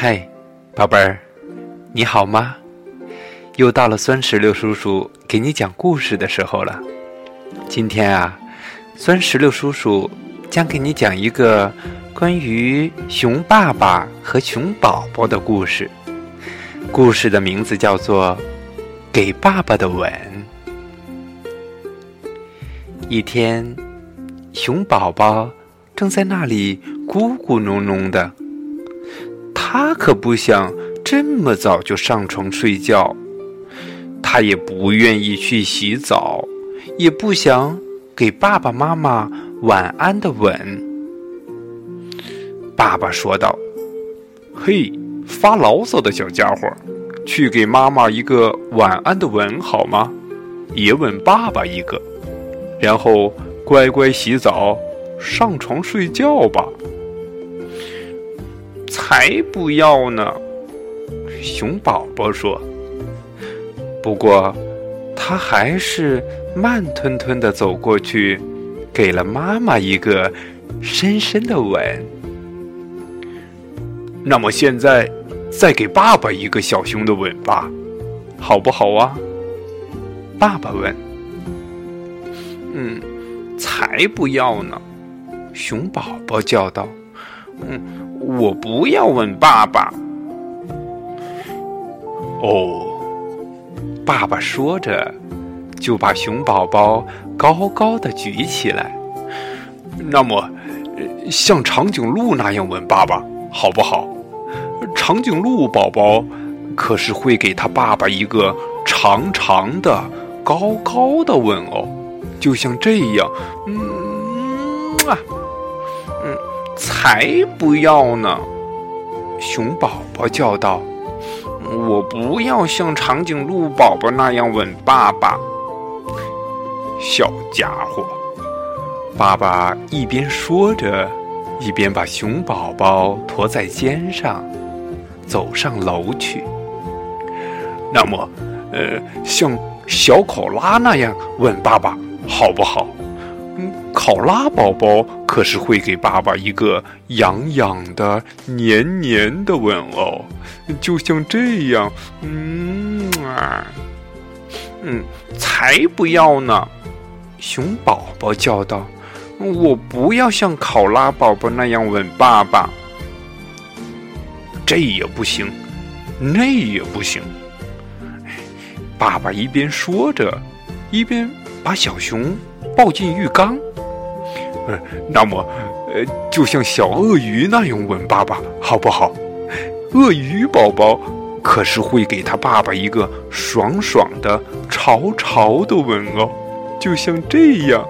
嗨，宝贝儿，你好吗？又到了酸石榴叔叔给你讲故事的时候了。今天啊，酸石榴叔叔将给你讲一个关于熊爸爸和熊宝宝的故事。故事的名字叫做《给爸爸的吻》。一天，熊宝宝正在那里咕咕哝哝的，他可不想这么早就上床睡觉，他也不愿意去洗澡，也不想给爸爸妈妈晚安的吻。爸爸说道：嘿，发牢骚的小家伙，去给妈妈一个晚安的吻好吗？也吻爸爸一个，然后乖乖洗澡，上床睡觉吧。才不要呢，熊宝宝说。不过他还是慢吞吞地走过去，给了妈妈一个深深的吻。那么现在再给爸爸一个小熊的吻吧，好不好啊？爸爸问。才不要呢，熊宝宝叫道。我不要吻爸爸。哦，爸爸说着，就把熊宝宝高高的举起来。那么，像长颈鹿那样吻爸爸，好不好？长颈鹿宝宝可是会给他爸爸一个长长的、高高的吻哦，就像这样。才不要呢，熊宝宝叫道。我不要像长颈鹿宝宝那样吻爸爸。小家伙，爸爸一边说着，一边把熊宝宝驮在肩上，走上楼去。那么，像小考拉那样吻爸爸，好不好？考拉宝宝可是会给爸爸一个痒痒的、黏黏的吻哦，就像这样。才不要呢，熊宝宝叫道。我不要像考拉宝宝那样吻爸爸。这也不行，那也不行。爸爸一边说着，一边把小熊抱进浴缸。那么，就像小鳄鱼那样吻爸爸，好不好？鳄鱼宝宝可是会给他爸爸一个爽爽的、潮潮的吻哦，就像这样。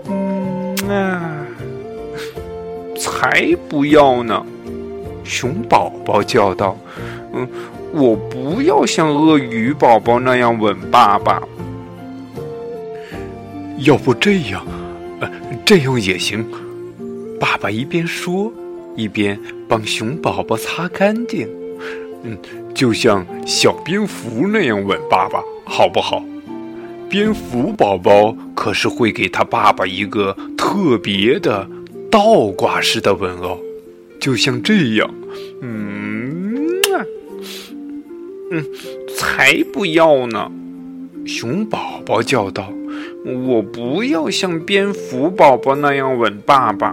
才不要呢，熊宝宝叫道。我不要像鳄鱼宝宝那样吻爸爸。要不这样，这样也行。爸爸一边说，一边帮熊宝宝擦干净。就像小蝙蝠那样吻爸爸，好不好？蝙蝠宝宝可是会给他爸爸一个特别的倒挂式的吻哦，就像这样。才不要呢，熊宝宝叫道。我不要像蝙蝠宝宝那样吻爸爸。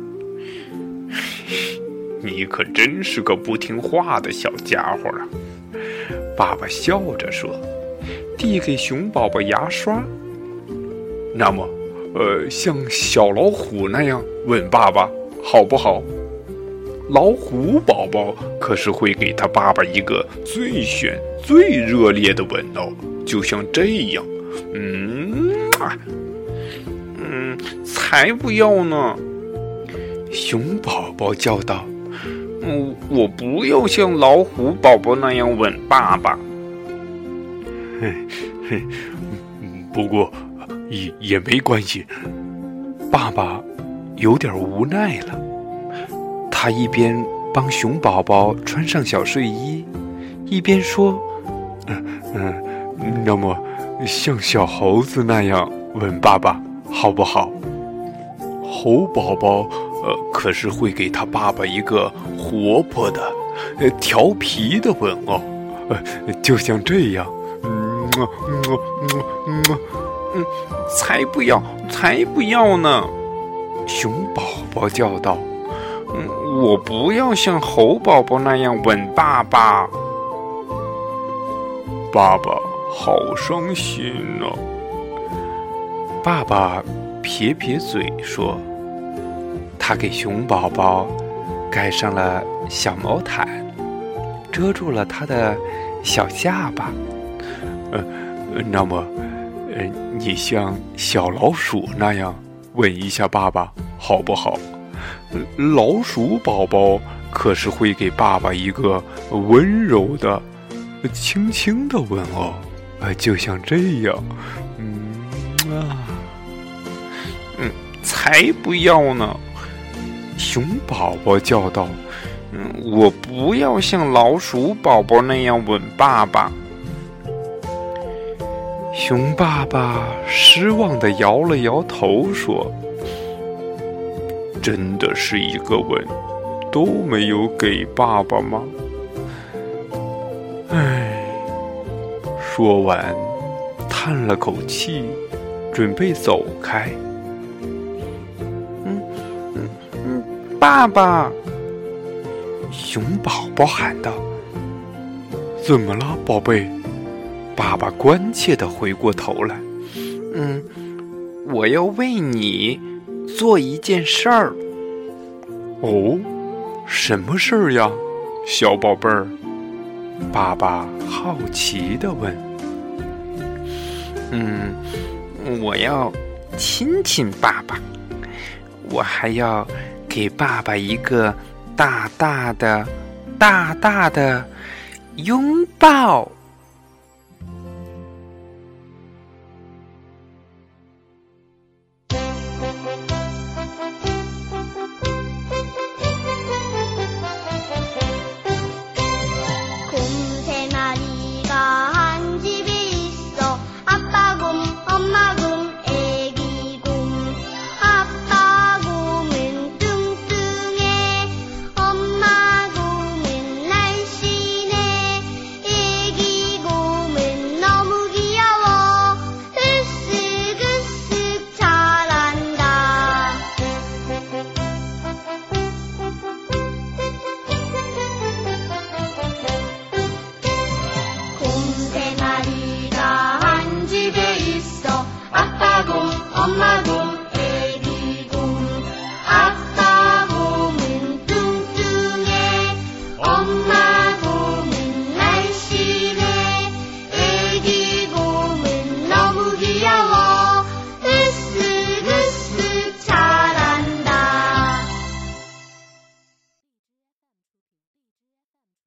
你可真是个不听话的小家伙啊，爸爸笑着说，递给熊宝宝牙刷。那么，像小老虎那样吻爸爸，好不好？老虎宝宝可是会给他爸爸一个最炫、最热烈的吻哦，就像这样。才不要呢，熊宝宝叫道。我不要像老虎宝宝那样吻爸爸。不过也没关系。爸爸有点无奈了，他一边帮熊宝宝穿上小睡衣，一边说：那么像小猴子那样吻爸爸，好不好？猴宝宝可是会给他爸爸一个活泼的、 调皮的问哦，就像这样，才不要，才不要呢！熊宝宝叫道：“我不要像猴宝宝那样吻爸爸。”爸爸好伤心啊！爸爸撇撇嘴说：“他给熊宝宝盖上了小毛毯，遮住了他的小下巴。那么，你像小老鼠那样吻一下爸爸好不好？老鼠宝宝可是会给爸爸一个温柔的、轻轻的吻哦，就像这样。才不要呢！”熊宝宝叫道：“我不要像老鼠宝宝那样吻爸爸。”熊爸爸失望地摇了摇头说：“真的是一个吻都没有给爸爸吗？”唉，说完叹了口气，准备走开。爸爸！熊宝宝喊道：“怎么了，宝贝？”爸爸关切地回过头来。我要为你做一件事儿。哦，什么事儿呀，小宝贝儿？爸爸好奇地问。我要亲亲爸爸，我还要给爸爸一个大大的拥抱。